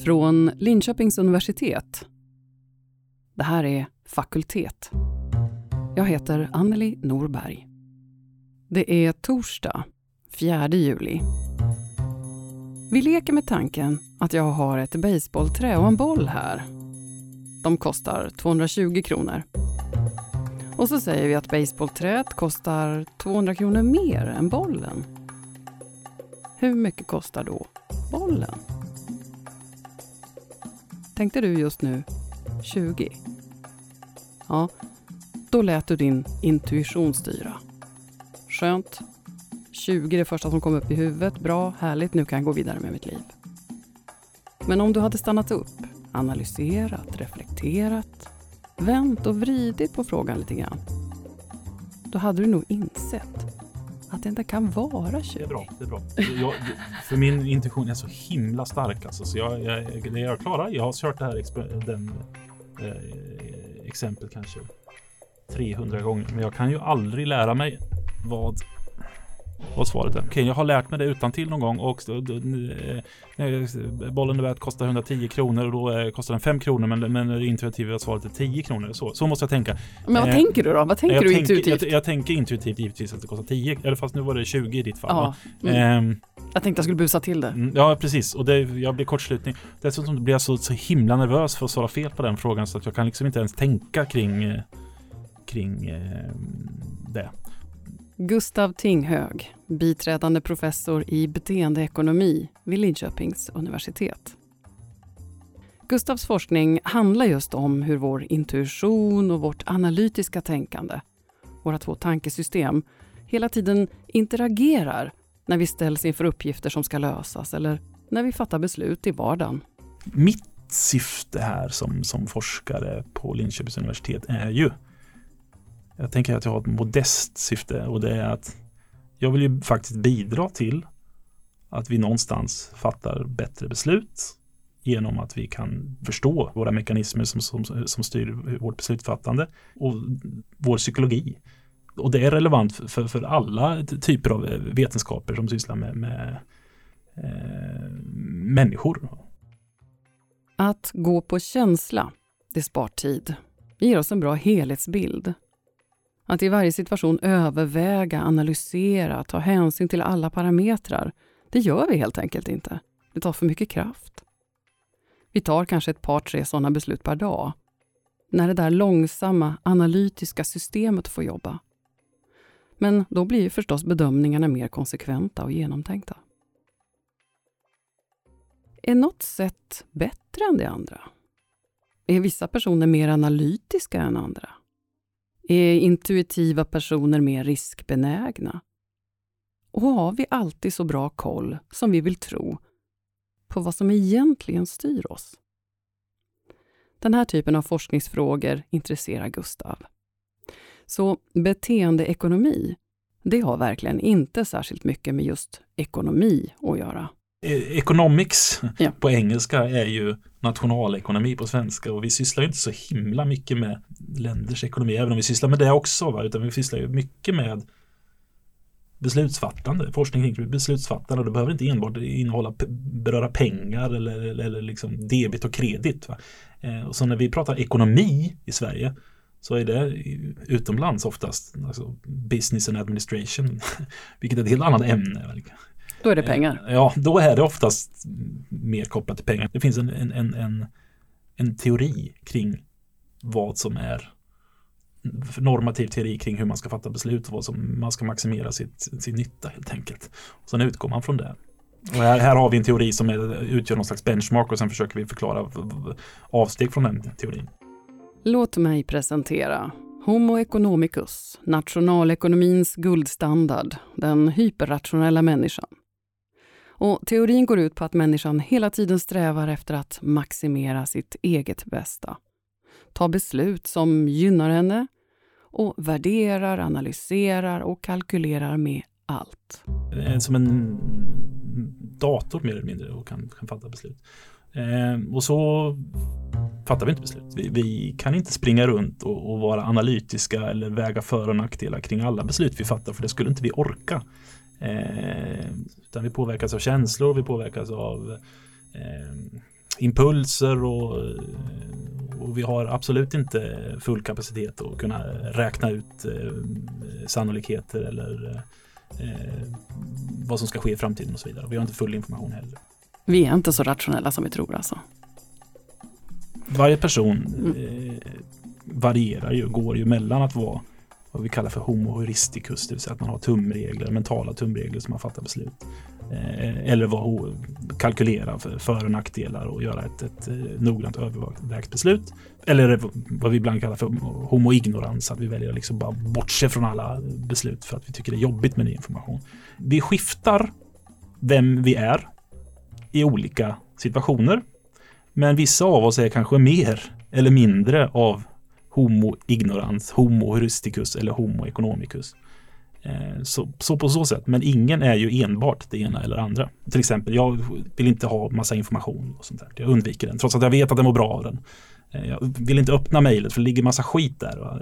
Från Linköpings universitet. Det här är Fakultet. Jag heter Anneli Norberg. Det är torsdag, 4 juli. Vi leker med tanken att jag har ett baseballträ och en boll här. De kostar 220 kronor. Och så säger vi att baseballträet kostar 200 kronor mer än bollen. Hur mycket kostar då bollen? Tänkte du just nu 20? Ja, då lät du din intuition styra. Skönt. 20 är det första som kom upp i huvudet. Bra, härligt, nu kan jag gå vidare med mitt liv. Men om du hade stannat upp, analyserat, reflekterat, vänt och vridit på frågan lite grann, då hade du nog insett att det inte kan vara 20. Det är bra. För min intuition är så himla stark. Alltså, så jag klarar. Jag har kört det här exempel kanske 300 gånger. Men jag kan ju aldrig lära mig vad svaret är. Okej, jag har lärt mig det utan till någon gång. Och bollen är värd kostar 110 kronor och då kostar den 5 kronor. Men det intuitiva svaret är 10 kronor. Så måste jag tänka. Men vad tänker du då? Vad tänker du intuitivt? Jag tänker intuitivt givetvis att det kostar 10. Eller fast nu var det 20 i ditt fall. Ja. Jag tänkte jag skulle busa till det. Ja, precis. Och jag blir kortslutning. Dessutom blir jag så himla nervös för att svara fel på den frågan. Så att jag kan liksom inte ens tänka kring det. Gustav Tinghög, biträdande professor i beteendeekonomi vid Linköpings universitet. Gustavs forskning handlar just om hur vår intuition och vårt analytiska tänkande, våra 2 tankesystem, hela tiden interagerar när vi ställs inför uppgifter som ska lösas eller när vi fattar beslut i vardagen. Mitt syfte här som forskare på Linköpings universitet är ju, jag tänker att jag har ett modest syfte, och det är att jag vill ju faktiskt bidra till att vi någonstans fattar bättre beslut genom att vi kan förstå våra mekanismer som styr vårt beslutsfattande och vår psykologi. Och det är relevant för alla typer av vetenskaper som sysslar med människor. Att gå på känsla, det spar tid. Det ger oss en bra helhetsbild. Att i varje situation överväga, analysera, ta hänsyn till alla parametrar, det gör vi helt enkelt inte. Det tar för mycket kraft. Vi tar kanske ett par 3 sådana beslut per dag. När det där långsamma, analytiska systemet får jobba. Men då blir ju förstås bedömningarna mer konsekventa och genomtänkta. Är något sätt bättre än det andra? Är vissa personer mer analytiska än andra? Är intuitiva personer mer riskbenägna? Och har vi alltid så bra koll som vi vill tro på vad som egentligen styr oss? Den här typen av forskningsfrågor intresserar Gustav. Så beteendeekonomi, det har verkligen inte särskilt mycket med just ekonomi att göra. Economics på engelska är ju nationalekonomi på svenska, och vi sysslar ju inte så himla mycket med länders ekonomi, även om vi sysslar med det också, utan vi sysslar ju mycket med beslutsfattande, forskning kring beslutsfattande, och det behöver inte enbart beröra pengar eller liksom debit och kredit. Och så när vi pratar ekonomi i Sverige så är det utomlands oftast alltså business and administration, vilket är ett helt annat ämne. Då är det pengar. Ja, då är det oftast mer kopplat till pengar. Det finns en teori kring vad som är normativ teori kring hur man ska fatta beslut och vad som man ska maximera sin nytta helt enkelt. Och sen utgår man från det. Och här har vi en teori som utgör någon slags benchmark, och sen försöker vi förklara avsteg från den teorin. Låt mig presentera Homo economicus, nationalekonomins guldstandard, den hyperrationella människan. Och teorin går ut på att människan hela tiden strävar efter att maximera sitt eget bästa. Ta beslut som gynnar henne och värderar, analyserar och kalkylerar med allt. Som en dator mer eller mindre och kan fatta beslut. Och så fattar vi inte beslut. Vi kan inte springa runt och vara analytiska eller väga för- och nackdelar kring alla beslut vi fattar, för det skulle inte vi orka. Utan vi påverkas av känslor, vi påverkas av impulser och vi har absolut inte full kapacitet att kunna räkna ut sannolikheter eller vad som ska ske i framtiden och så vidare. Vi har inte full information heller. Vi är inte så rationella som vi tror alltså. Varje person varierar ju, går ju mellan att vara vad vi kallar för homo heuristicus, det vill säga att man har tumregler, mentala tumregler som man fattar beslut. Eller kalkylera för- och nackdelar och göra ett noggrant övervägt beslut. Eller vad vi ibland kallar för homo ignorans, att vi väljer att liksom bara bortse från alla beslut för att vi tycker det är jobbigt med ny information. Vi skiftar vem vi är i olika situationer, men vissa av oss är kanske mer eller mindre av homo ignorans, homo heuristicus eller homo economicus. Så på så sätt, men ingen är ju enbart det ena eller andra. Till exempel, jag vill inte ha massa information och sånt där. Jag undviker den, trots att jag vet att jag mår bra av den. Jag vill inte öppna mejlet för det ligger massa skit där.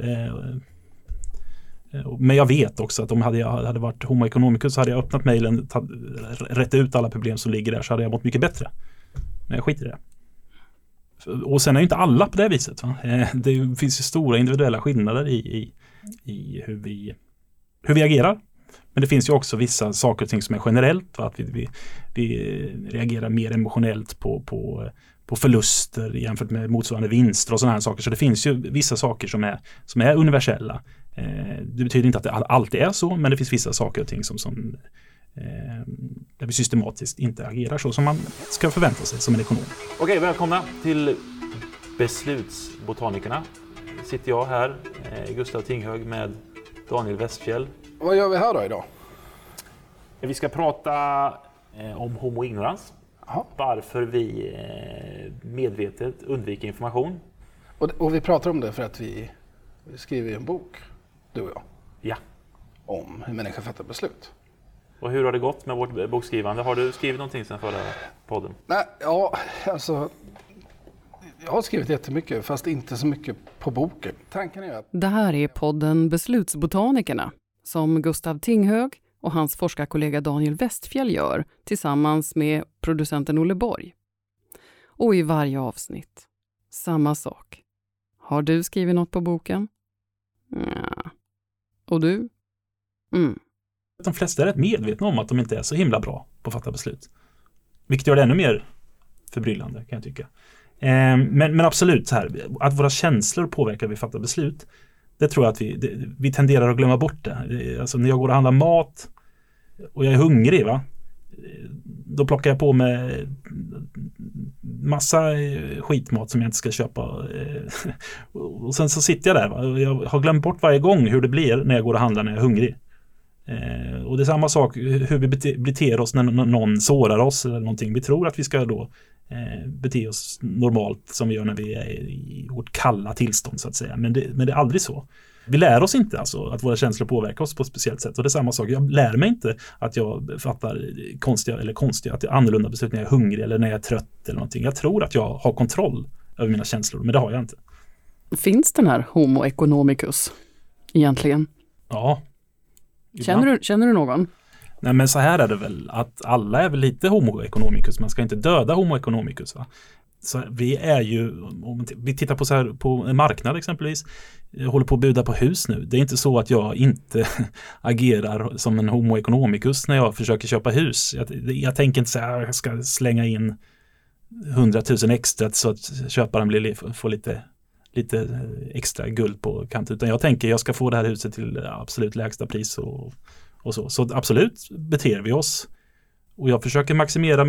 Men jag vet också att om jag hade varit homo economicus så hade jag öppnat mejlen, rätt ut alla problem som ligger där, så hade jag mått mycket bättre. Men jag skiter i det. Och sen är ju inte alla på det viset. Va? Det finns ju stora individuella skillnader i hur vi agerar. Men det finns ju också vissa saker och ting som är generellt. Va? Att vi reagerar mer emotionellt på förluster jämfört med motsvarande vinster och sådana här saker. Så det finns ju vissa saker som är universella. Det betyder inte att det alltid är så, men det finns vissa saker och ting som där vi systematiskt inte agerar så som man ska förvänta sig som en ekonom. Okej, välkomna till Beslutsbotanikerna. Sitter jag här, Gustav Tinghög med Daniel Westfjell. Vad gör vi här då idag? Vi ska prata om homo ignorans. Aha. Varför vi medvetet undviker information. Och vi pratar om det för att vi skriver en bok, du och jag. Ja. Om hur människor fattar beslut. Och hur har det gått med vårt bokskrivande? Har du skrivit någonting sedan förra podden? Nej, ja, alltså... Jag har skrivit jättemycket, fast inte så mycket på boken. Tanken är att... Det här är podden Beslutsbotanikerna som Gustav Tinghög och hans forskarkollega Daniel Westfjell gör tillsammans med producenten Olle Borg. Och i varje avsnitt, samma sak. Har du skrivit något på boken? Ja. Och du? De flesta är rätt medvetna om att de inte är så himla bra på att fatta beslut. Vilket gör det ännu mer förbryllande, kan jag tycka. Men absolut så här, att våra känslor påverkar vi fattar beslut, det tror jag att vi tenderar att glömma bort det. Alltså när jag går och handlar mat och jag är hungrig, va? Då plockar jag på mig massa skitmat som jag inte ska köpa. Och sen så sitter jag där, va? Jag har glömt bort varje gång hur det blir när jag går och handlar när jag är hungrig. Och det är samma sak hur vi beter oss när någon sårar oss eller någonting. Vi tror att vi ska då bete oss normalt som vi gör när vi är i vårt kalla tillstånd så att säga. Men det är aldrig så. Vi lär oss inte alltså att våra känslor påverkar oss på ett speciellt sätt. Och det är samma sak. Jag lär mig inte att jag fattar konstiga, att det är annorlunda beslut när jag är hungrig eller när jag är trött eller någonting. Jag tror att jag har kontroll över mina känslor, men det har jag inte. Finns den här homo economicus egentligen? Ja. Känner du någon? Nej, men så här är det väl, att alla är väl lite homo economicus. Man ska inte döda homo economicus, va? Så vi är ju, om vi tittar på så här på en marknad exempelvis, jag håller på att buda på hus nu. Det är inte så att jag inte agerar som en homo economicus när jag försöker köpa hus. Jag tänker inte så här, jag ska slänga in 100 000 extra så att köparen får lite extra guld på kanten. Utan jag tänker jag ska få det här huset till absolut lägsta pris och så. Så absolut beter vi oss. Och jag försöker maximera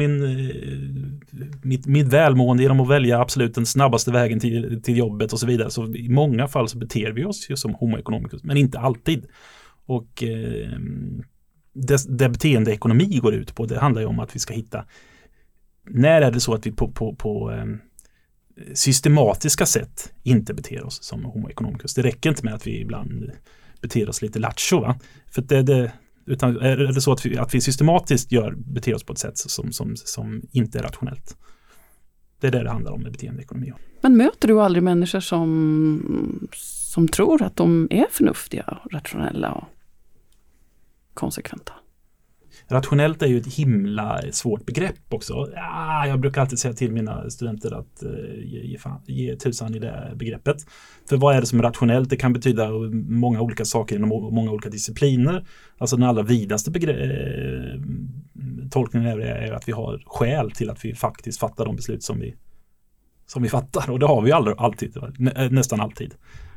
mitt välmående genom att välja absolut den snabbaste vägen till jobbet och så vidare. Så i många fall så beter vi oss ju som homo economicus, men inte alltid. Och det beteendeekonomi går ut på, det handlar ju om att vi ska hitta, när är det så att vi på systematiska sätt inte beter oss som homo economicus. Det räcker inte med att vi ibland beter oss lite lattjo, va? För utan är det så att vi systematiskt beter oss på ett sätt som inte är rationellt. Det är det handlar om med beteendeekonomi. Men möter du aldrig människor som tror att de är förnuftiga, rationella och konsekventa? Rationellt är ju ett himla svårt begrepp också. Ja, jag brukar alltid säga till mina studenter att ge tusan i det begreppet. För vad är det som är rationellt? Det kan betyda många olika saker inom många olika discipliner. Alltså den allra vidaste tolkningen är att vi har skäl till att vi faktiskt fattar de beslut som vi fattar. Och det har vi alltid, nästan alltid.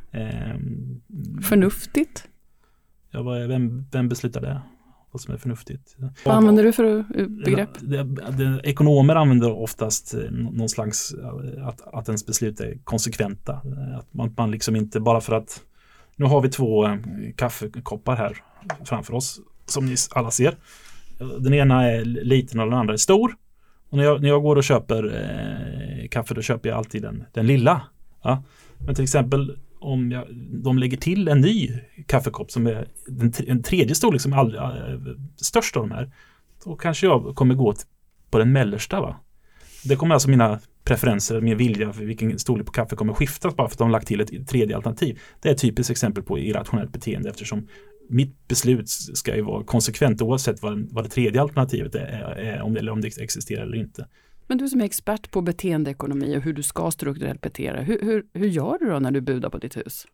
Förnuftigt? Ja, vem beslutar det? Vad som är förnuftigt. Vad använder du för begrepp? Ekonomer använder oftast någon slags att ens beslut är konsekventa. Att man liksom inte bara för att nu har vi 2 kaffekoppar här framför oss som ni alla ser. Den ena är liten och den andra är stor. Och när jag går och köper kaffe då köper jag alltid den lilla. Ja. Men till exempel om de lägger till en ny kaffekopp som är en tredje storlek som är störst av de här, då kanske jag kommer gå på den mellersta, va? Det kommer alltså mina preferenser, min vilja för vilken storlek på kaffe kommer skiftas bara för att de har lagt till ett tredje alternativ. Det är ett typiskt exempel på irrationellt beteende eftersom mitt beslut ska ju vara konsekvent oavsett vad det tredje alternativet är om det existerar eller inte. Men du som är expert på beteendeekonomi och hur du ska strukturellt bete dig, hur gör du då när du budar på ditt hus?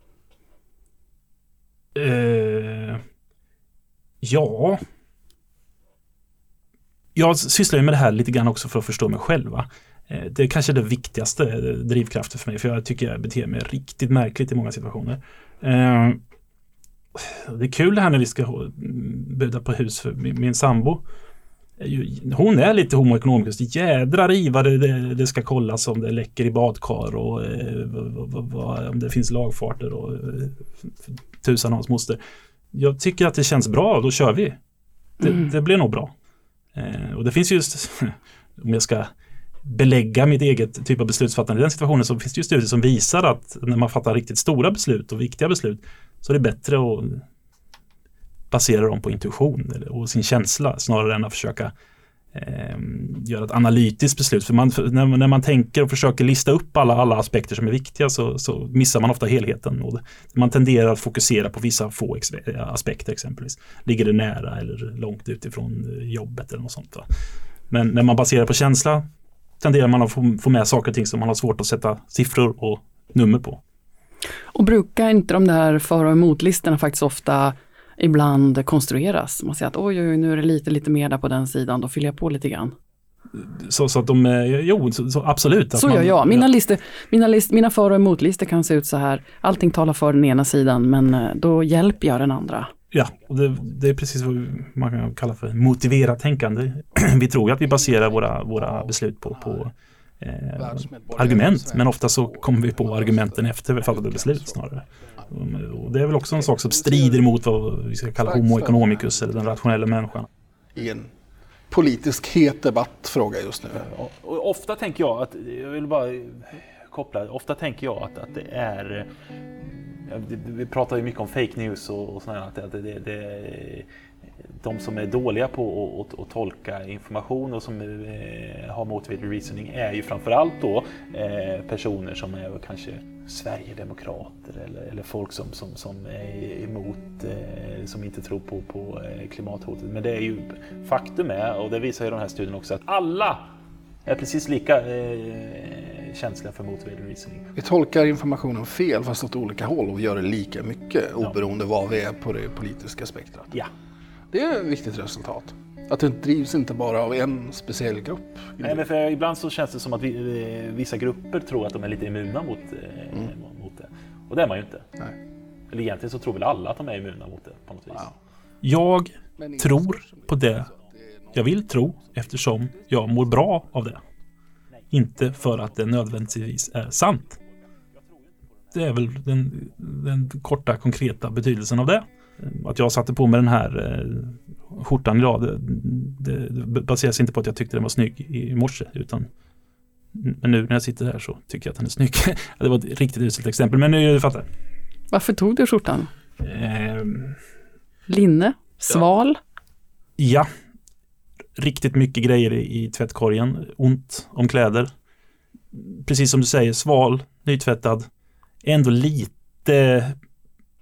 Ja. Jag sysslar med det här lite grann också för att förstå mig själv. Det är kanske det viktigaste drivkraften för mig, för jag tycker jag beter mig riktigt märkligt i många situationer. Det är kul det här när vi ska buda på hus för min sambo. Hon är lite homoekonomisk. Jädrar i vad det ska kollas om det läcker i badkar och om det finns lagfarter och tusan hans moster. Jag tycker att det känns bra, då kör vi. Det blir nog bra. Och det finns just, om jag ska belägga mitt eget typ av beslutsfattande i den situationen, så finns det ju studier som visar att när man fattar riktigt stora beslut och viktiga beslut så är det bättre att basera dem på intuition och sin känsla snarare än att försöka göra ett analytiskt beslut. För när man tänker och försöker lista upp alla aspekter som är viktiga så missar man ofta helheten. Och man tenderar att fokusera på vissa få aspekter exempelvis. Ligger det nära eller långt utifrån jobbet eller något sånt. Va? Men när man baserar på känsla tenderar man att få med saker och ting som man har svårt att sätta siffror och nummer på. Och brukar inte de där för- och emotlistorna faktiskt ofta ibland konstrueras? Man säger att oj, nu är det lite mer där på den sidan, då fyller jag på lite grann. Så att så absolut. Att så gör jag. Mina för- och emotlistor kan se ut så här. Allting talar för den ena sidan, men då hjälper jag den andra. Ja, och det är precis vad man kan kalla för motiverat tänkande. Vi tror ju att vi baserar våra beslut på argument, men ofta så kommer vi på argumenten efter vi fattade beslut snarare. Och det är väl också en sak som strider mot vad vi ska kalla homo economicus eller den rationella människan. I en politisk het debattfråga just nu. Och ofta tänker jag att, jag vill bara koppla, ofta tänker jag att det är, vi pratar ju mycket om fake news och sådär, att det de som är dåliga på att tolka information och som har motivated reasoning är ju framförallt då personer som är kanske Sverigedemokrater eller folk som är emot, som inte tror på klimathotet. Men det är ju faktum är, och det visar ju de här studierna också, att alla är precis lika känsliga för motivated reasoning. Vi tolkar informationen fel fast åt olika håll och gör det lika mycket oberoende var vi är på det politiska spektrat. Ja. Det är ett viktigt resultat. Att det drivs inte bara av en speciell grupp. Nej, men för ibland så känns det som att vissa grupper tror att de är lite immuna mot det. Och det är man ju inte. Nej. Eller egentligen så tror väl alla att de är immuna mot det på något vis. Ja. Jag tror på det jag vill tro eftersom jag mår bra av det. Inte för att det nödvändigtvis är sant. Det är väl den korta, konkreta betydelsen av det. Att jag satte på mig den här skjortan idag, det baseras inte på att jag tyckte den var snygg i morse, utan men nu när jag sitter här så tycker jag att den är snygg. Det var ett riktigt uselt exempel, men nu fattar jag. Varför tog du skjortan? Linne? Sval? Ja. Riktigt mycket grejer i tvättkorgen. Ont om kläder. Precis som du säger, sval, nytvättad. Ändå lite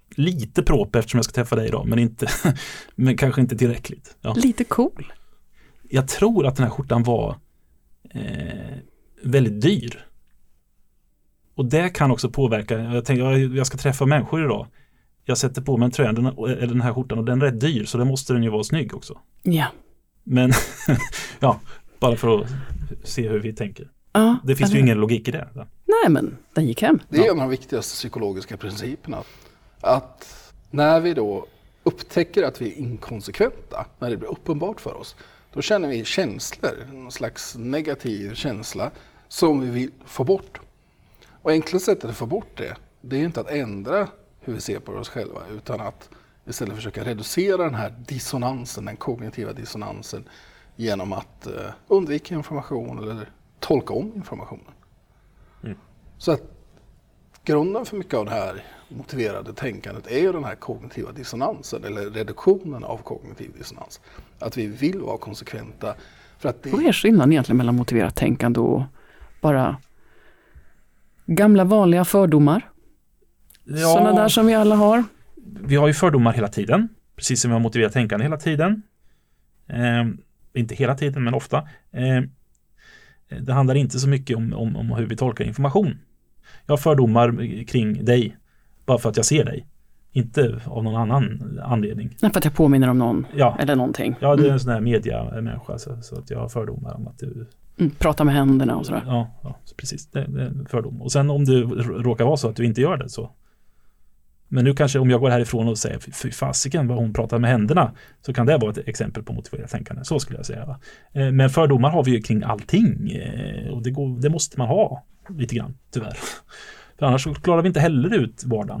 lite proper eftersom jag ska träffa dig idag, men kanske inte tillräckligt. Ja. Lite cool. Jag tror att den här skjortan var väldigt dyr. Och det kan också påverka. Jag tänker, jag ska träffa människor idag. Jag sätter på mig en tröja eller den här skjortan och den är rätt dyr, så då måste den ju vara snygg också. Ja. Men ja, bara för att se hur vi tänker. Ja, det finns ju ingen logik i det. Nej, men den gick hem. Det är en av de viktigaste psykologiska principerna. Att när vi då upptäcker att vi är inkonsekventa, när det blir uppenbart för oss, då känner vi känslor, någon slags negativ känsla som vi vill få bort. Och enklaste sättet att få bort det är inte att ändra hur vi ser på oss själva, utan att istället försöka reducera den här dissonansen, den kognitiva dissonansen, genom att undvika information eller tolka om informationen. Så att grunden för mycket av det här motiverade tänkandet är ju den här kognitiva dissonansen, eller reduktionen av kognitiv dissonans. Att vi vill vara konsekventa. För att Vad är skillnaden egentligen mellan motiverat tänkande och bara gamla vanliga fördomar? Ja, sådana där som vi alla har. Vi har ju fördomar hela tiden, precis som vi har motiverat tänkande hela tiden. Inte hela tiden, men ofta. Det handlar inte så mycket om hur vi tolkar information. Jag har fördomar kring dig bara för att jag ser dig. Inte av någon annan anledning. Nej, för att jag påminner om någon eller någonting. Ja, det är en sån här media-människa, så att jag har fördomar om att du... prata med händerna och sådär. Ja, precis. Det är en fördom. Och sen om du råkar vara så att du inte gör det så... Men nu kanske om jag går härifrån och säger fy fasiken vad hon pratar med händerna, så kan det vara ett exempel på motiverat tänkande. Så skulle jag säga. Va? Men fördomar har vi ju kring allting. Och det måste man ha lite grann, tyvärr. För annars så klarar vi inte heller ut vardagen.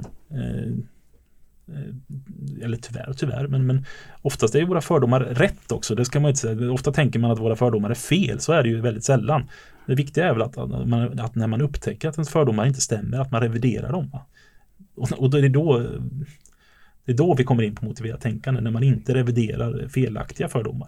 Eller tyvärr. Men oftast är ju våra fördomar rätt också. Det ska man inte säga. Ofta tänker man att våra fördomar är fel. Så är det ju väldigt sällan. Det viktiga är väl att när man upptäcker att ens fördomar inte stämmer, att man reviderar dem. Va? Och då är det är då vi kommer in på motiverat tänkande, när man inte reviderar felaktiga fördomar.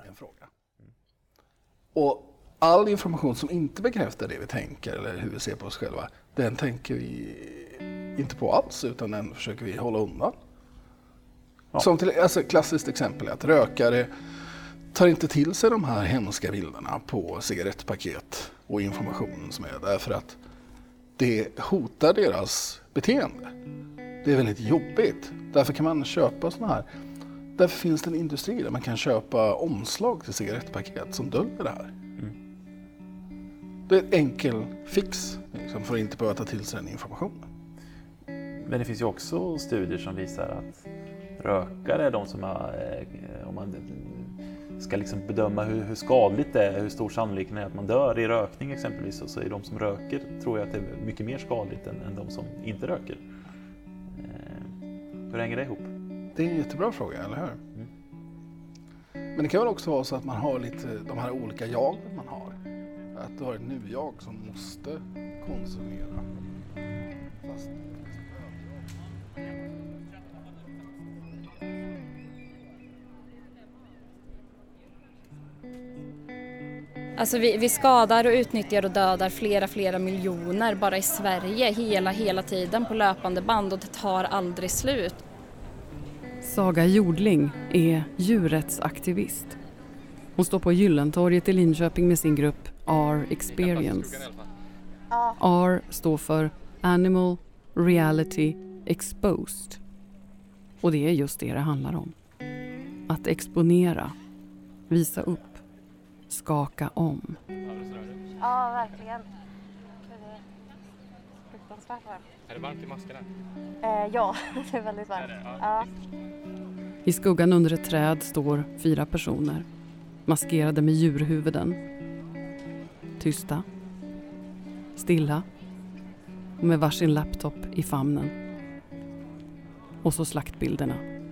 Och all information som inte bekräftar det vi tänker eller hur vi ser på oss själva, den tänker vi inte på alls, utan den försöker vi hålla undan. Ja. Som klassiskt exempel är att rökare tar inte till sig de här hemska bilderna på cigarettpaket och informationen som är, därför att det hotar deras beteende. Det är väldigt jobbigt. Därför kan man köpa såna här. Därför finns det en industri där man kan köpa omslag till cigarettpaket som döljer det här. Det är ett enkel fix liksom, för att inte behöva ta till sig den informationen. Men det finns ju också studier som visar att rökare är de som om man ska liksom bedöma hur skadligt det är, hur stor sannolikheten är att man dör i rökning exempelvis, så är de som röker, tror jag att det är mycket mer skadligt än de som inte röker. Hur hänger det ihop? Det är en jättebra fråga, eller hur? Men det kan väl också vara så att man har lite de här olika jagen man har. Att du har ett nu-jag som måste konsumera. Fast... Alltså vi skadar och utnyttjar och dödar flera miljoner bara i Sverige hela tiden på löpande band, och det tar aldrig slut. Saga Jordling är djurrättsaktivist. Hon står på Gyllentorget i Linköping med sin grupp R-Experience. R står för Animal Reality Exposed. Och det är just det handlar om. Att exponera, visa upp, skaka om. Ja, verkligen. Det är fruktansvärt varmt. Är det varmt i maskerna? Ja, det är väldigt varmt. Ja. I skuggan under ett träd står 4 personer, maskerade med djurhuvuden. Tysta, stilla och med varsin laptop i famnen. Och så slaktbilderna.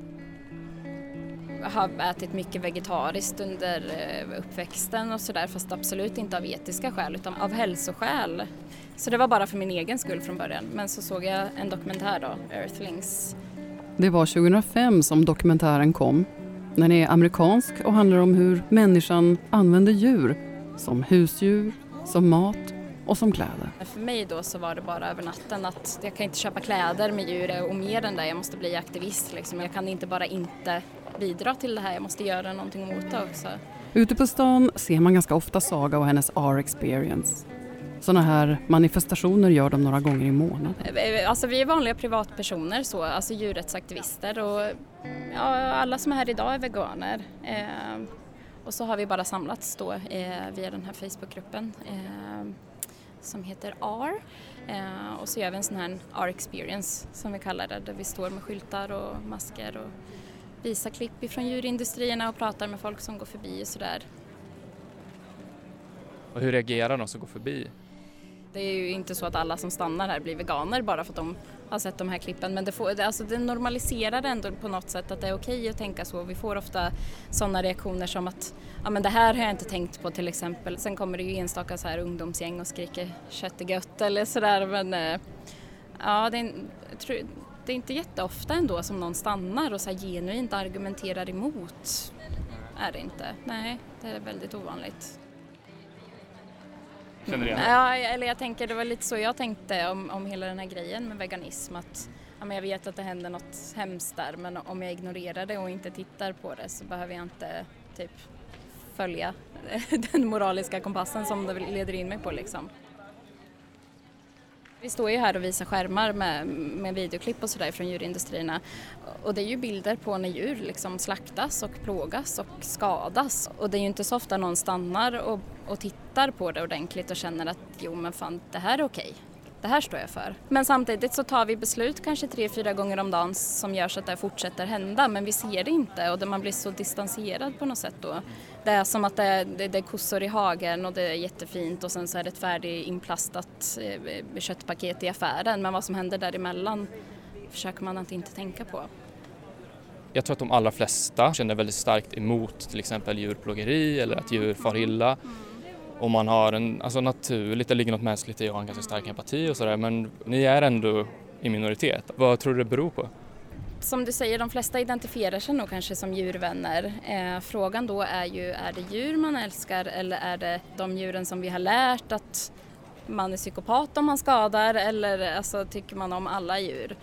Jag har ätit mycket vegetariskt under uppväxten och sådär, fast absolut inte av etiska skäl utan av hälsoskäl. Så det var bara för min egen skull från början. Men så såg jag en dokumentär då, Earthlings. Det var 2005 som dokumentären kom. Den är amerikansk och handlar om hur människan använder djur som husdjur, som mat och som kläder. För mig då så var det bara över natten att jag kan inte köpa kläder med djur och mer än det. Jag måste bli aktivist liksom. Jag kan inte bara inte bidra till det här, jag måste göra någonting mot det också. Ute på stan ser man ganska ofta Saga och hennes R-experience. Sådana här manifestationer gör de några gånger i månaden. Alltså vi är vanliga privatpersoner, så, alltså djurrättsaktivister och ja, alla som är här idag är veganer. Och så har vi bara samlats då via den här Facebookgruppen som heter R. Och så gör vi en sån här R-experience som vi kallar det, där vi står med skyltar och masker och visar klipp ifrån djurindustrierna och pratar med folk som går förbi och sådär. Och hur reagerar de som går förbi? Det är ju inte så att alla som stannar här blir veganer bara för att de har sett de här klippen, men det normaliserar ändå på något sätt att det är okej att tänka så. Vi får ofta sådana reaktioner som att ja, men det här har jag inte tänkt på till exempel. Sen kommer det ju enstaka så här ungdomsgäng och skriker kött är gött eller sådär, men ja, det är inte jätteofta ändå som någon stannar och så här genuint argumenterar emot. Är det inte? Nej, det är väldigt ovanligt. Känner du igen det? Ja, eller jag tänker, det var lite så jag tänkte om hela den här grejen med veganism. Att ja, men jag vet att det händer något hemskt där, men om jag ignorerar det och inte tittar på det så behöver jag inte typ följa den moraliska kompassen som det leder in mig på liksom. Vi står ju här och visar skärmar med videoklipp och sådär från djurindustrierna. Och det är ju bilder på när djur liksom slaktas och plågas och skadas. Och det är ju inte så ofta någon stannar och tittar på det ordentligt och känner att jo men fan, det här är okej. Det här står jag för. Men samtidigt så tar vi beslut kanske 3-4 gånger om dagen som gör så att det fortsätter hända. Men vi ser det inte och man blir så distanserad på något sätt då. Det är som att det är kossor i hagen och det är jättefint och sen så är det ett färdigt inplastat köttpaket i affären. Men vad som händer däremellan försöker man att inte tänka på. Jag tror att de allra flesta känner väldigt starkt emot till exempel djurplågeri eller att djur far illa. Och man har alltså naturligt, det ligger något mänskligt i att ha en ganska stark empati och sådär, men ni är ändå i minoritet. Vad tror du det beror på? Som du säger, de flesta identifierar sig nog kanske som djurvänner. Frågan då är ju, är det djur man älskar eller är det de djuren som vi har lärt att man är psykopat om man skadar, eller alltså, tycker man om alla djur?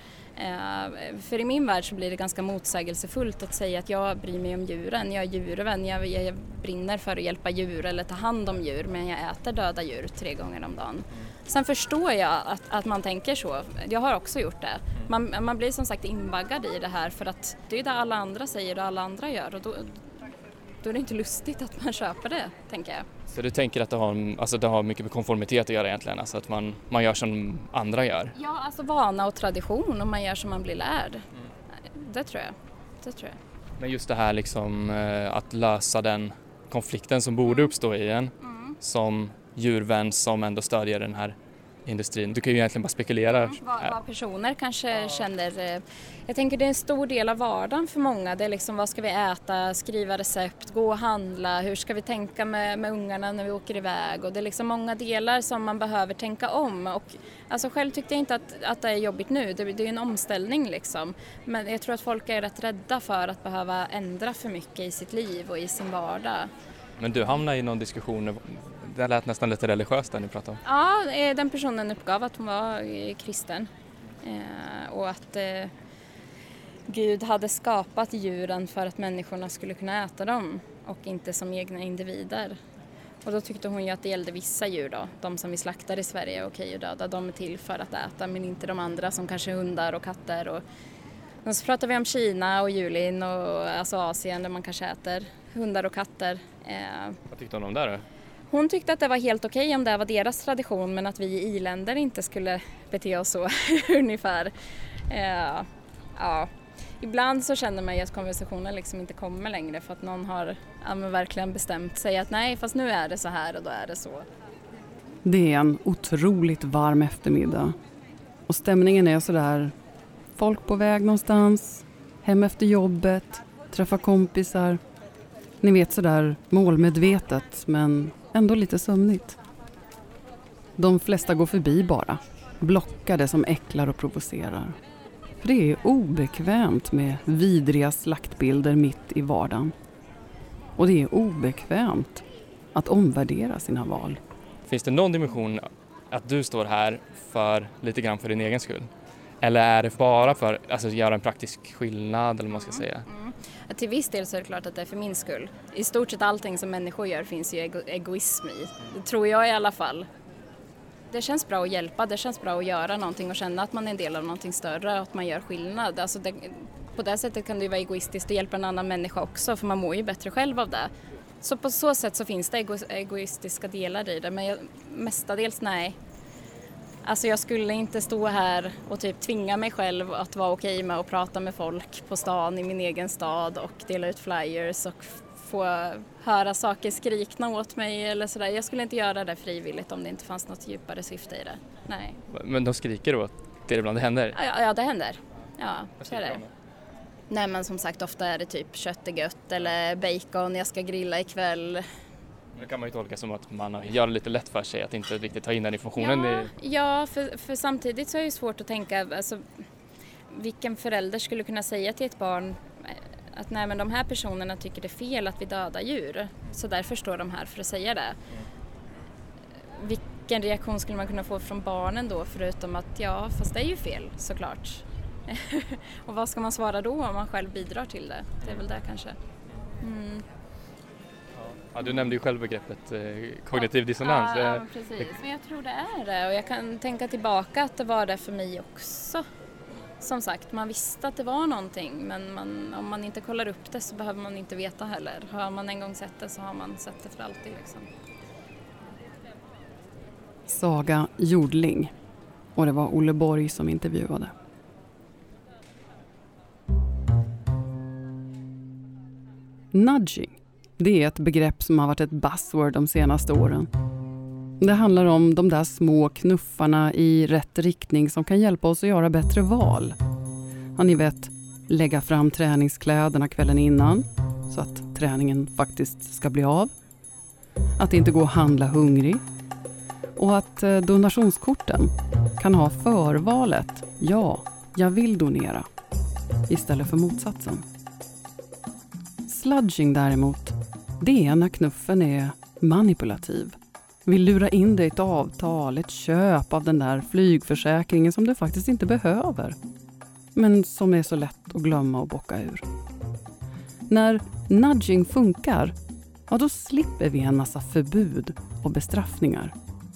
För i min värld så blir det ganska motsägelsefullt att säga att jag bryr mig om djuren, jag är djurvän, jag brinner för att hjälpa djur eller ta hand om djur, men jag äter döda djur 3 gånger om dagen. Sen förstår jag att man tänker så, jag har också gjort det. Man blir som sagt inbaggad i det här för att det är det alla andra säger och alla andra gör, och då är det inte lustigt att man köper det, tänker jag. Så du tänker att det har mycket med konformitet att göra egentligen, alltså att man gör som andra gör? Ja, alltså vana och tradition, och man gör som man blir lärd. Det tror jag. Men just det här liksom att lösa den konflikten som borde uppstå i en som djurvän som ändå stödjer den här industrin. Du kan ju egentligen bara spekulera. Vad personer kanske känner. Jag tänker det är en stor del av vardagen för många. Det är liksom, vad ska vi äta, skriva recept, gå och handla, hur ska vi tänka med ungarna när vi åker iväg. Och det är liksom många delar som man behöver tänka om. Och alltså själv tyckte jag inte att det är jobbigt nu. Det är en omställning liksom. Men jag tror att folk är rätt rädda för att behöva ändra för mycket i sitt liv och i sin vardag. Men du hamnar i någon diskussion. Det lät nästan lite religiöst där ni pratade om. Ja, den personen uppgav att hon var kristen och att Gud hade skapat djuren för att människorna skulle kunna äta dem och inte som egna individer. Och då tyckte hon ju att det gällde vissa djur då, de som vi slaktar i Sverige är okej att döda, de är till för att äta, men inte de andra som kanske hundar och katter. Och så pratar vi om Kina och Julin och alltså Asien där man kanske äter hundar och katter. Vad tyckte hon om det då? Hon tyckte att det var helt okej om det var deras tradition, men att vi i i-länder inte skulle bete oss så ungefär. Ja. Ibland så känner man ju att konversationen liksom inte kommer längre för att någon har verkligen bestämt sig att nej, fast nu är det så här och då är det så. Det är en otroligt varm eftermiddag och stämningen är sådär, folk på väg någonstans, hem efter jobbet, träffa kompisar. Ni vet sådär målmedvetet men ändå lite sömnigt. De flesta går förbi bara, blockade som äcklar och provocerar. För det är obekvämt med vidriga slaktbilder mitt i vardagen. Och det är obekvämt att omvärdera sina val. Finns det någon dimension att du står här för lite grann för din egen skull? Eller är det bara för att göra en praktisk skillnad eller vad man ska säga? Ja, till viss del så är det klart att det är för min skull. I stort sett allting som människor gör finns ju egoism i. Det tror jag i alla fall. Det känns bra att hjälpa, det känns bra att göra någonting och känna att man är en del av någonting större och att man gör skillnad. Alltså på det sättet kan det ju vara egoistiskt att hjälpa en annan människa också, för man mår ju bättre själv av det. Så på så sätt så finns det egoistiska delar i det, men mestadels nej. Alltså jag skulle inte stå här och typ tvinga mig själv att vara okej med att prata med folk på stan i min egen stad och dela ut flyers och få höra saker skrikna åt mig eller sådär. Jag skulle inte göra det frivilligt om det inte fanns något djupare syfte i det. Nej. Men de skriker då? Det är ibland det händer? Ja, det händer. Ja, så är det. Nej, men som sagt, ofta är det typ kött är gött eller bacon, jag ska grilla ikväll. Det kan man ju tolka som att man gör det lite lätt för sig att inte riktigt ta in den informationen. Ja, för samtidigt så är det svårt att tänka, alltså, vilken förälder skulle kunna säga till ett barn att nej, men de här personerna tycker det är fel att vi dödar djur, så därför står de här för att säga det. Vilken reaktion skulle man kunna få från barnen då, förutom att ja, fast det är ju fel såklart. Och vad ska man svara då om man själv bidrar till det? Det är väl det kanske. Ja, du nämnde ju själv begreppet kognitiv dissonans. Ja, precis. Men jag tror det är det. Och jag kan tänka tillbaka att det var det för mig också. Som sagt, man visste att det var någonting. Men om man inte kollar upp det så behöver man inte veta heller. Har man en gång sett det så har man sett det för alltid. Liksom. Saga Jordling. Och det var Olle Borg som intervjuade. Nudging, det är ett begrepp som har varit ett buzzword de senaste åren. Det handlar om de där små knuffarna i rätt riktning som kan hjälpa oss att göra bättre val. Ja, ni vet, lägga fram träningskläderna kvällen innan så att träningen faktiskt ska bli av. Att inte gå och handla hungrig. Och att donationskorten kan ha förvalet, ja, jag vill donera, istället för motsatsen. Sludging däremot, det är när knuffen är manipulativ. Vill lura in dig ett avtal, ett köp av den där flygförsäkringen som du faktiskt inte behöver. Men som är så lätt att glömma och bocka ur. När nudging funkar, ja, då slipper vi en massa förbud och bestraffningar.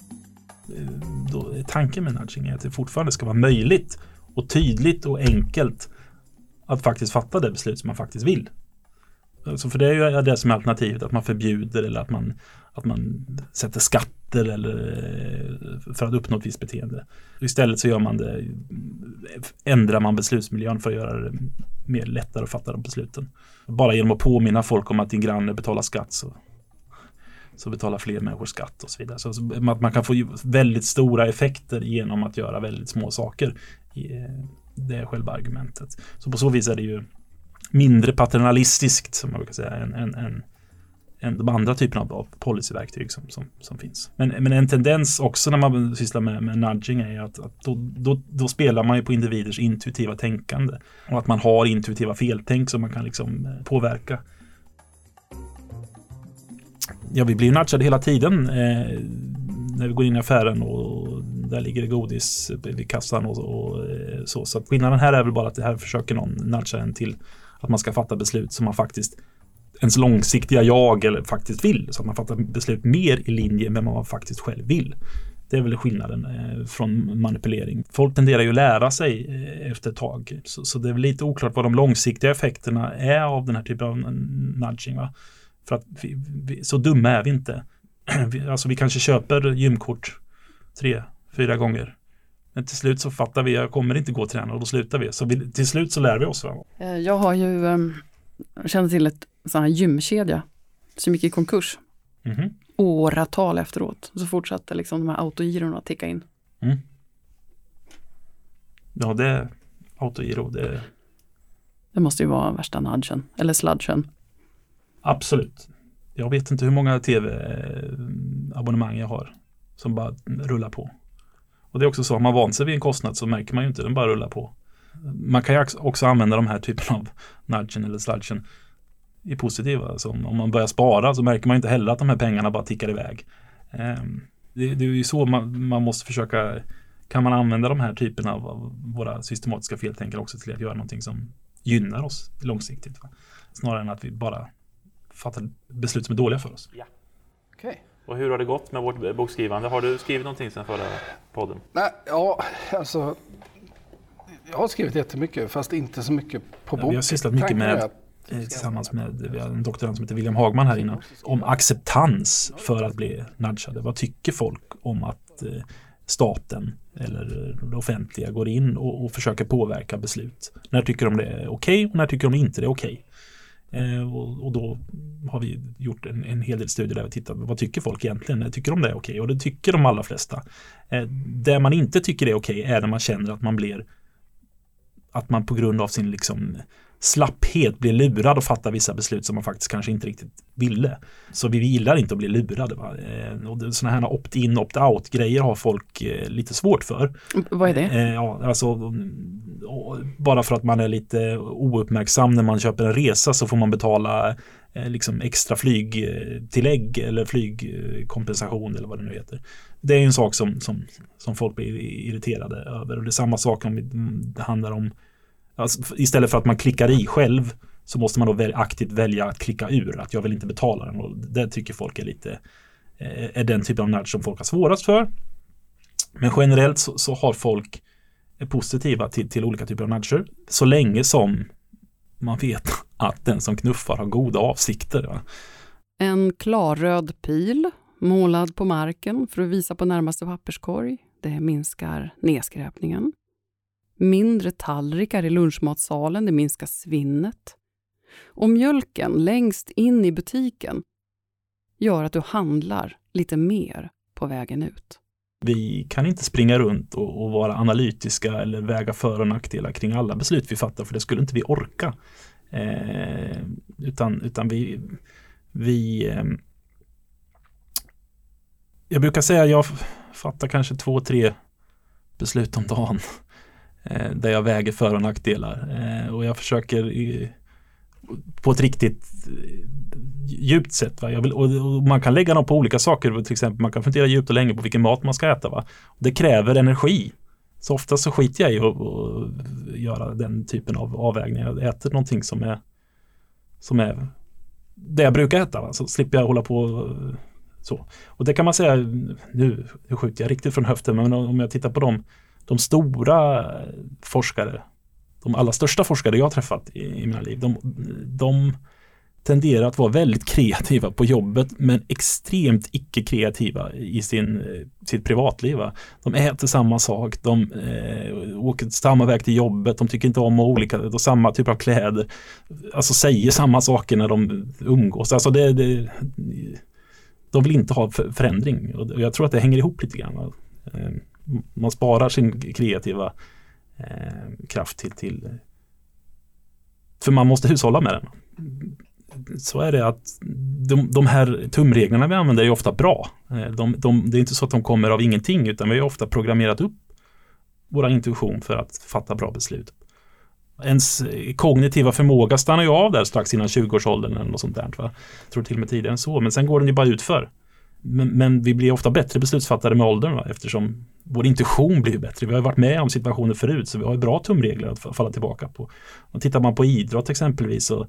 Tanken med nudging är att det fortfarande ska vara möjligt och tydligt och enkelt att faktiskt fatta det beslut som man faktiskt vill. Så för det är ju det som är alternativet, att man förbjuder eller att man sätter skatter eller för att uppnå ett visst beteende. Istället så ändrar man beslutsmiljön för att göra det mer lättare att fatta de besluten. Bara genom att påminna folk om att din granne betalar skatt så betalar fler människor skatt och så vidare. Så att man kan få väldigt stora effekter genom att göra väldigt små saker. Det är själva argumentet. Så på så vis är det ju mindre paternalistiskt, som man brukar säga, än de andra typerna av policyverktyg som finns. Men en tendens också när man sysslar med nudging är att då spelar man ju på individers intuitiva tänkande och att man har intuitiva feltänk som man kan liksom påverka. Ja, vi blir nudgade hela tiden när vi går in i affären och där ligger det godis vid kassan och så. Så att skillnaden här är väl bara att det här försöker någon nudga en till att man ska fatta beslut som man faktiskt, ens långsiktiga jag eller faktiskt vill. Så att man fattar beslut mer i linje med vad man faktiskt själv vill. Det är väl skillnaden från manipulering. Folk tenderar ju att lära sig efter ett tag. Så det är väl lite oklart vad de långsiktiga effekterna är av den här typen av nudging, va? För att så dumma är vi inte. Vi kanske köper gymkort 3-4 gånger. Men till slut så fattar vi, jag kommer inte gå och träna och då slutar vi. Så till slut så lär vi oss. Va? Jag har ju känt till ett sån här gymkedja som gick i konkurs. Mm-hmm. Åratal efteråt. Så fortsatte liksom de här autogirorna att ticka in. Mm. Ja, det autogiro, det måste ju vara värsta nudgen. Eller sludgen. Absolut. Jag vet inte hur många tv-abonnemang jag har som bara rullar på. Och det är också så, om man vant sig vid en kostnad så märker man ju inte, den bara rullar på. Man kan ju också använda de här typen av nudgen eller sludgen i positiva. Så om man börjar spara så märker man inte heller att de här pengarna bara tickar iväg. Det är ju så man måste försöka, kan man använda de här typerna av våra systematiska feltänkare också till att göra någonting som gynnar oss långsiktigt. Va? Snarare än att vi bara fattar beslut som är dåliga för oss. Ja. Okej. Och hur har det gått med vårt bokskrivande? Har du skrivit någonting sedan förra podden? Nej, ja, alltså jag har skrivit jättemycket fast inte så mycket på boken. Vi har sysslat mycket med, tillsammans med, vi har en doktorand som heter William Hagman här innan, om acceptans för att bli nudgade. Vad tycker folk om att staten eller det offentliga går in och försöker påverka beslut? När tycker de det är okej och när tycker de inte det är okej? Och då har vi gjort en hel del studier där vi tittar på vad tycker folk egentligen, tycker de det är okej? Och det tycker de allra flesta. Det man inte tycker är okej är när man känner att man på grund av sin liksom slapphet blir lurad och fattar vissa beslut som man faktiskt kanske inte riktigt ville. Så vi gillar inte att bli lurade. Va? Och såna här opt-in, opt-out grejer har folk lite svårt för. Vad är det? Ja, alltså bara för att man är lite ouppmärksam när man köper en resa så får man betala liksom extra flygtillägg eller flygkompensation eller vad det nu heter. Det är en sak som folk blir irriterade över. Och det är samma sak om det handlar om, alltså, istället för att man klickar i själv så måste man då aktivt välja att klicka ur, att jag vill inte betala den. Och det tycker folk är den typen av nudge som folk har svårast för. Men generellt så har folk är positiva till olika typer av nudger så länge som man vet att den som knuffar har goda avsikter. Va? En klarröd pil målad på marken för att visa på närmaste papperskorg. Det minskar nedskräpningen. Mindre tallrikar i lunchmatsalen, det minskar svinnet. Och mjölken längst in i butiken gör att du handlar lite mer på vägen ut. Vi kan inte springa runt och vara analytiska eller väga för- och nackdelar kring alla beslut vi fattar, för det skulle inte vi orka. Utan vi jag brukar säga att jag fattar kanske 2-3 beslut om dagen där jag väger för- och nackdelar. Och jag försöker på ett riktigt djupt sätt. Va? Och man kan lägga dem på olika saker. Till exempel man kan fundera djupt och länge på vilken mat man ska äta. Va? Det kräver energi. Så ofta så skiter jag i att göra den typen av avvägningar. Jag äter någonting som är det jag brukar äta. Va? Så slipper jag hålla på så. Och det kan man säga, nu skjuter jag riktigt från höften, men om jag tittar på de stora forskare, de allra största forskare jag har träffat i mina liv, de tenderar att vara väldigt kreativa på jobbet men extremt icke-kreativa i sitt privatliv. De äter samma sak, de åker samma väg till jobbet, de tycker inte om samma typ av kläder, alltså säger samma saker när de umgås. Alltså de vill inte ha förändring och jag tror att det hänger ihop lite grann. Man sparar sin kreativa kraft till för man måste hushålla med den. Så är det att de här tumreglerna vi använder är ofta bra. Det är inte så att de kommer av ingenting, utan vi har ofta programmerat upp vår intuition för att fatta bra beslut. Ens kognitiva förmåga stannar ju av där strax innan 20-årsåldern eller något sånt där. Va? Jag tror till och med tidigare än så, men sen går den ju bara ut för. Men vi blir ofta bättre beslutsfattare med åldern, va? Eftersom vår intuition blir bättre. Vi har varit med om situationer förut, så vi har bra tumregler att falla tillbaka på. Och tittar man på idrott exempelvis, så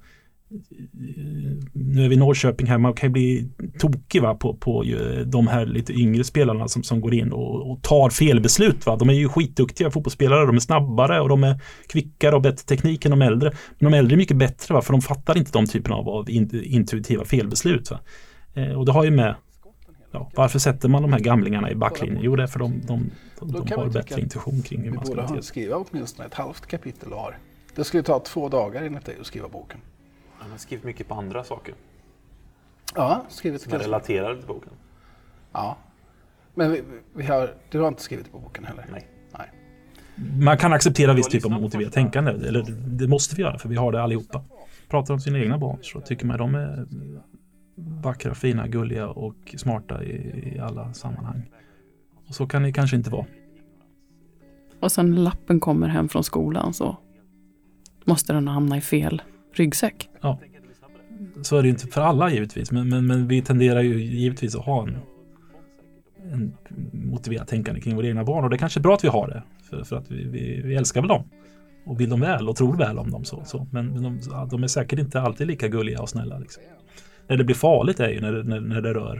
nu är vi i Norrköping här, man kan bli tokig på de här lite yngre spelarna som går in och tar felbeslut. Va? De är ju skitduktiga fotbollsspelare, de är snabbare och de är kvickare och bättre teknik än de äldre. Men de äldre är mycket bättre, va? För de fattar inte de typerna av intuitiva felbeslut. Va? Och det har ju med varför sätter man de här gamlingarna i backlinjen? Jo, det är för de har bättre intuition kring hur man ska borde skriva åtminstone ett halvt kapitel var. Det skulle ta 2 dagar innan det att skriva boken. Han har skrivit mycket på andra saker. Ja, skrivit som är relaterade till boken. Ja, men du har inte skrivit på boken heller? Nej. Man kan acceptera viss typ av motiverat tänkande, eller det måste vi göra för vi har det allihopa. Pratar om sina egna barn så tycker man de är vackra, fina, gulliga och smarta i alla sammanhang. Och så kan det kanske inte vara. Och sen lappen kommer hem från skolan så måste den hamna i fel ryggsäck. Ja, så är det ju inte för alla givetvis. Men vi tenderar ju givetvis att ha en motiverat tänkande kring våra egna barn. Och det är kanske är bra att vi har det. För att vi älskar väl dem. Och vill dem väl och tror väl om dem. Så. Men de är säkert inte alltid lika gulliga och snälla. Liksom. När det blir farligt är ju när det rör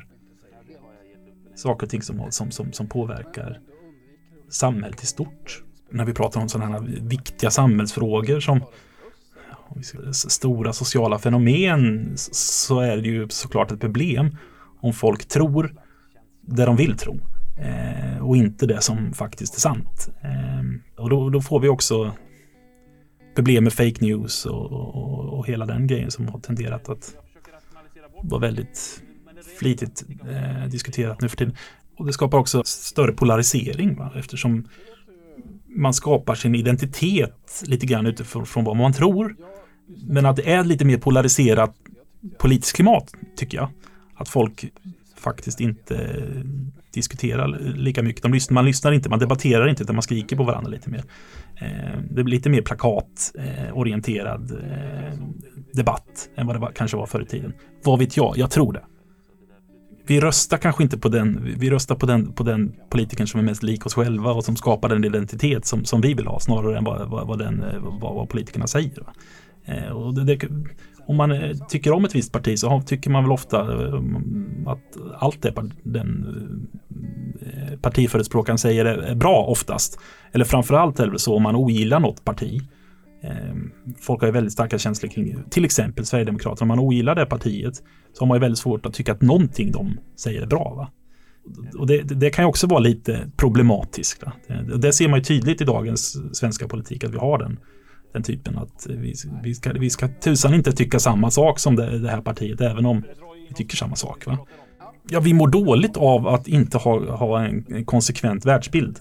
saker och ting som påverkar samhället i stort. När vi pratar om sådana här viktiga samhällsfrågor som stora sociala fenomen, så är det ju såklart ett problem om folk tror det de vill tro och inte det som faktiskt är sant. Och då får vi också problem med fake news och hela den grejen som har tenderat att vara väldigt flitigt diskuterat nu för tiden. Och det skapar också större polarisering, va? Eftersom man skapar sin identitet lite grann utifrån vad man tror. Men att det är lite mer polariserat politiskt klimat, tycker jag. Att folk faktiskt inte diskuterar lika mycket. Man lyssnar inte, man debatterar inte, utan man skriker på varandra lite mer. Det blir lite mer plakatorienterad debatt än vad det kanske var förr i tiden. Vad vet jag? Jag tror det. Vi röstar kanske inte på den, vi röstar på den politikern som är mest lik oss själva och som skapar den identitet som vi vill ha, snarare än vad politikerna säger. Och om man tycker om ett visst parti så tycker man väl ofta att allt det den partiförespråkaren säger är bra oftast. Eller framförallt är det så om man ogillar något parti. Folk har ju väldigt starka känslor kring till exempel Sverigedemokraterna. Om man ogillar det partiet så har man ju väldigt svårt att tycka att någonting de säger är bra, va? Och det kan ju också vara lite problematiskt. Det ser man ju tydligt i dagens svenska politik att vi har den typen att vi ska tusan inte tycka samma sak som det här partiet, även om vi tycker samma sak, va? Ja, vi mår dåligt av att inte ha en konsekvent världsbild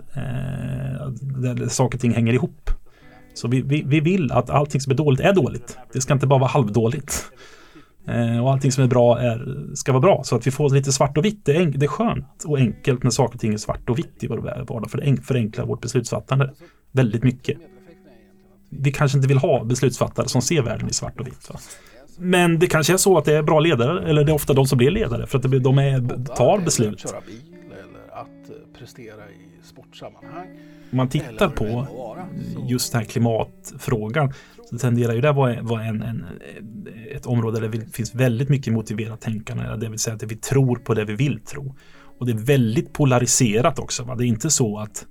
där saker och ting hänger ihop. Så vi vill att allting som är dåligt. Det ska inte bara vara halvdåligt. Och allting som är bra ska vara bra. Så att vi får lite svart och vitt. Det är skönt och enkelt när saker och ting är svart och vitt i vår vardag. För det förenklar vårt beslutsfattande väldigt mycket. Vi kanske inte vill ha beslutsfattare som ser världen i svart och vitt, va? Men det kanske är så att det är bra ledare. Eller det är ofta de som blir ledare. För att de tar beslut. Att köra bil eller att prestera i sportsammanhang. Om man tittar på just den här klimatfrågan så tenderar ju det vara ett område där det finns väldigt mycket motiverat tänkande. Det vill säga att vi tror på det vi vill tro. Och det är väldigt polariserat också, va? Det är inte så att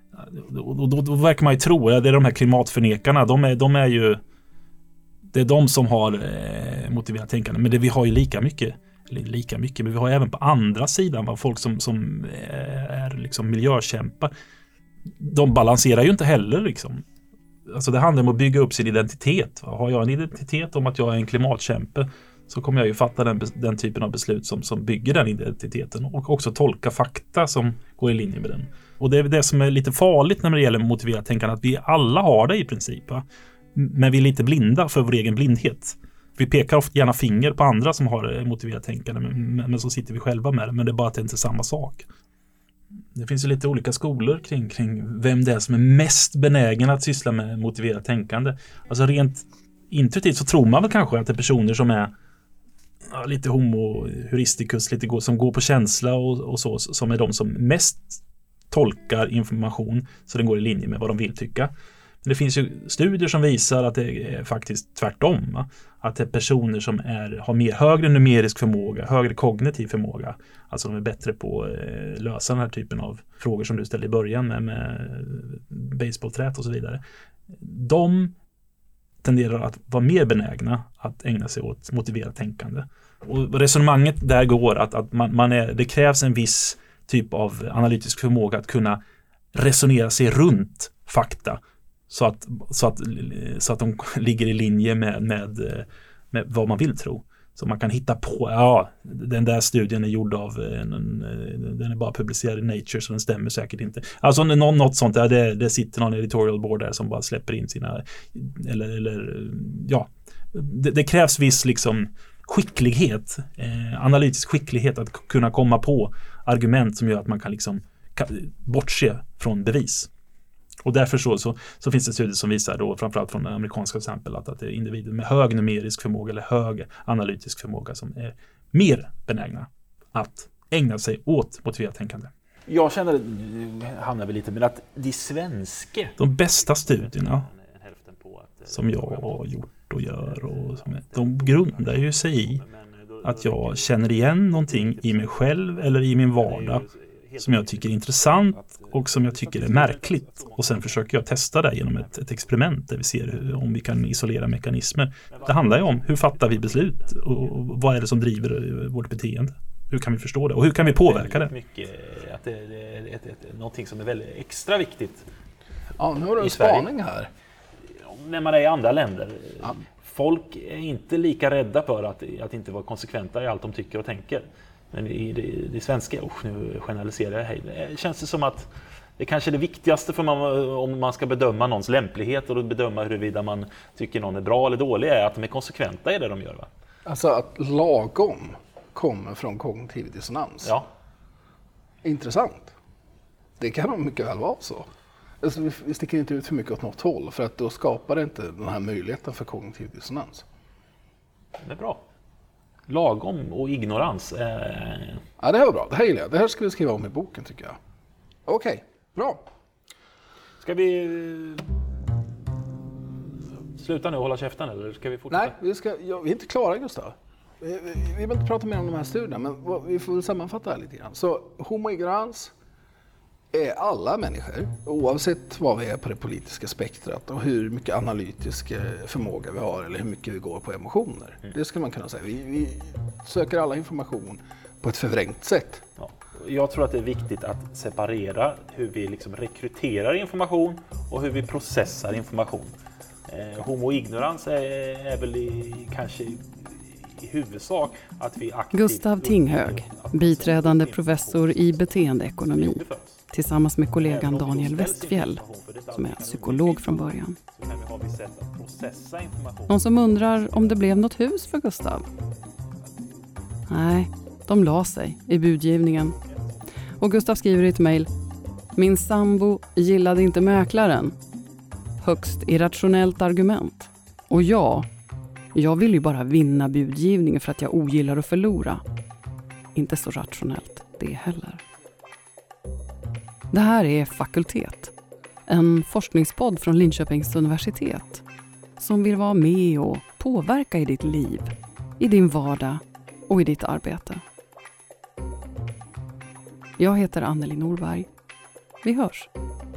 då verkar man ju tro, det är de här klimatförnekarna, de är ju det är de som har motiverat tänkande. Men vi har ju lika mycket, men vi har även på andra sidan, va? Folk som är liksom miljökämpar. De balanserar ju inte heller liksom. Alltså det handlar om att bygga upp sin identitet. Har jag en identitet om att jag är en klimatkämpe så kommer jag ju fatta den typen av beslut som bygger den identiteten och också tolka fakta som går i linje med den. Och det är det som är lite farligt när det gäller motiverat tänkande, att vi alla har det i princip, va? Men vi är lite blinda för vår egen blindhet. Vi pekar ofta gärna finger på andra som har motiverat tänkande, men så sitter vi själva med det, men det är bara att det inte är samma sak. Det finns ju lite olika skolor kring vem det är som är mest benägen att syssla med motiverat tänkande. Alltså rent intuitivt så tror man väl kanske att det är personer som är lite homo heuristicus, som går på känsla och så, som är de som mest tolkar information så den går i linje med vad de vill tycka. Men det finns ju studier som visar att det är faktiskt tvärtom, va? Att det är personer som har högre numerisk förmåga, högre kognitiv förmåga, alltså de är bättre på att lösa den här typen av frågor som du ställde i början med baseballträt och så vidare. De tenderar att vara mer benägna att ägna sig åt motiverat tänkande. Och resonemanget där går att det krävs en viss typ av analytisk förmåga att kunna resonera sig runt fakta så att de ligger i linje med vad man vill tro. Så man kan hitta på, den där studien är gjord av den är bara publicerad i Nature så den stämmer säkert inte. Alltså något sånt där, det sitter någon editorial board där som bara släpper in sina det krävs viss liksom skicklighet, analytisk skicklighet att kunna komma på argument som gör att man kan liksom bortse från bevis. Och därför så finns det studier som visar då, framförallt från amerikanska exempel, att det är individer med hög numerisk förmåga eller hög analytisk förmåga som är mer benägna att ägna sig åt motiverat tänkande. Jag känner, nu hamnar vi lite, men att de svenska... De bästa studierna som jag har gjort och gör, och de grundar ju sig i att jag känner igen någonting i mig själv eller i min vardag som jag tycker är intressant och som jag tycker är märkligt. Och sen försöker jag testa det genom ett experiment där vi ser om vi kan isolera mekanismer. Det handlar ju om hur fattar vi beslut och vad är det som driver vårt beteende. Hur kan vi förstå det och hur kan vi påverka det? Mycket att det är någonting som är väldigt extra viktigt. Ja, nu har du en spaning här. När man är i andra länder. Ja. Folk är inte lika rädda för att inte vara konsekventa i allt de tycker och tänker. Men i det svenska, nu generaliserar jag här, det känns det som att det kanske är det viktigaste för om man ska bedöma någons lämplighet och bedöma huruvida man tycker någon är bra eller dålig är att de är konsekventa i det de gör. Va? Alltså att lagom kommer från kognitiv dissonans. Ja. Intressant. Det kan nog mycket väl vara så. Alltså, vi sticker inte ut för mycket åt något håll för att då skapar det inte den här möjligheten för kognitiv dissonans. Det är bra. Lagom och ignorans. Ja, det här var bra. Det här gillar jag. Det här ska vi skriva om i boken tycker jag. Okej, bra. Ska vi sluta nu och hålla käften eller ska vi fortsätta? Nej, vi är inte klara, Gustav. Vi vill inte prata mer om de här studierna, men vi får väl sammanfatta här lite grann. Så homo ignorans är alla människor, oavsett vad vi är på det politiska spektrat och hur mycket analytisk förmåga vi har eller hur mycket vi går på emotioner. Det skulle man kunna säga. Vi söker alla information på ett förvrängt sätt. Ja. Jag tror att det är viktigt att separera hur vi liksom rekryterar information och hur vi processar information. Homo ignorans är väl kanske i huvudsak att vi aktivt... Gustav Tinghög, biträdande professor i beteendeekonomi, tillsammans med kollegan Daniel Westfjell, som är psykolog från början. Någon som undrar om det blev något hus för Gustav? Nej, de la sig i budgivningen. Och Gustav skriver i ett mejl: min sambo gillade inte mäklaren. Högst irrationellt argument. Och jag vill ju bara vinna budgivningen för att jag ogillar att förlora. Inte så rationellt det heller. Det här är Fakultet. En forskningspodd från Linköpings universitet som vill vara med och påverka i ditt liv, i din vardag och i ditt arbete. Jag heter Anneli Norberg. Vi hörs.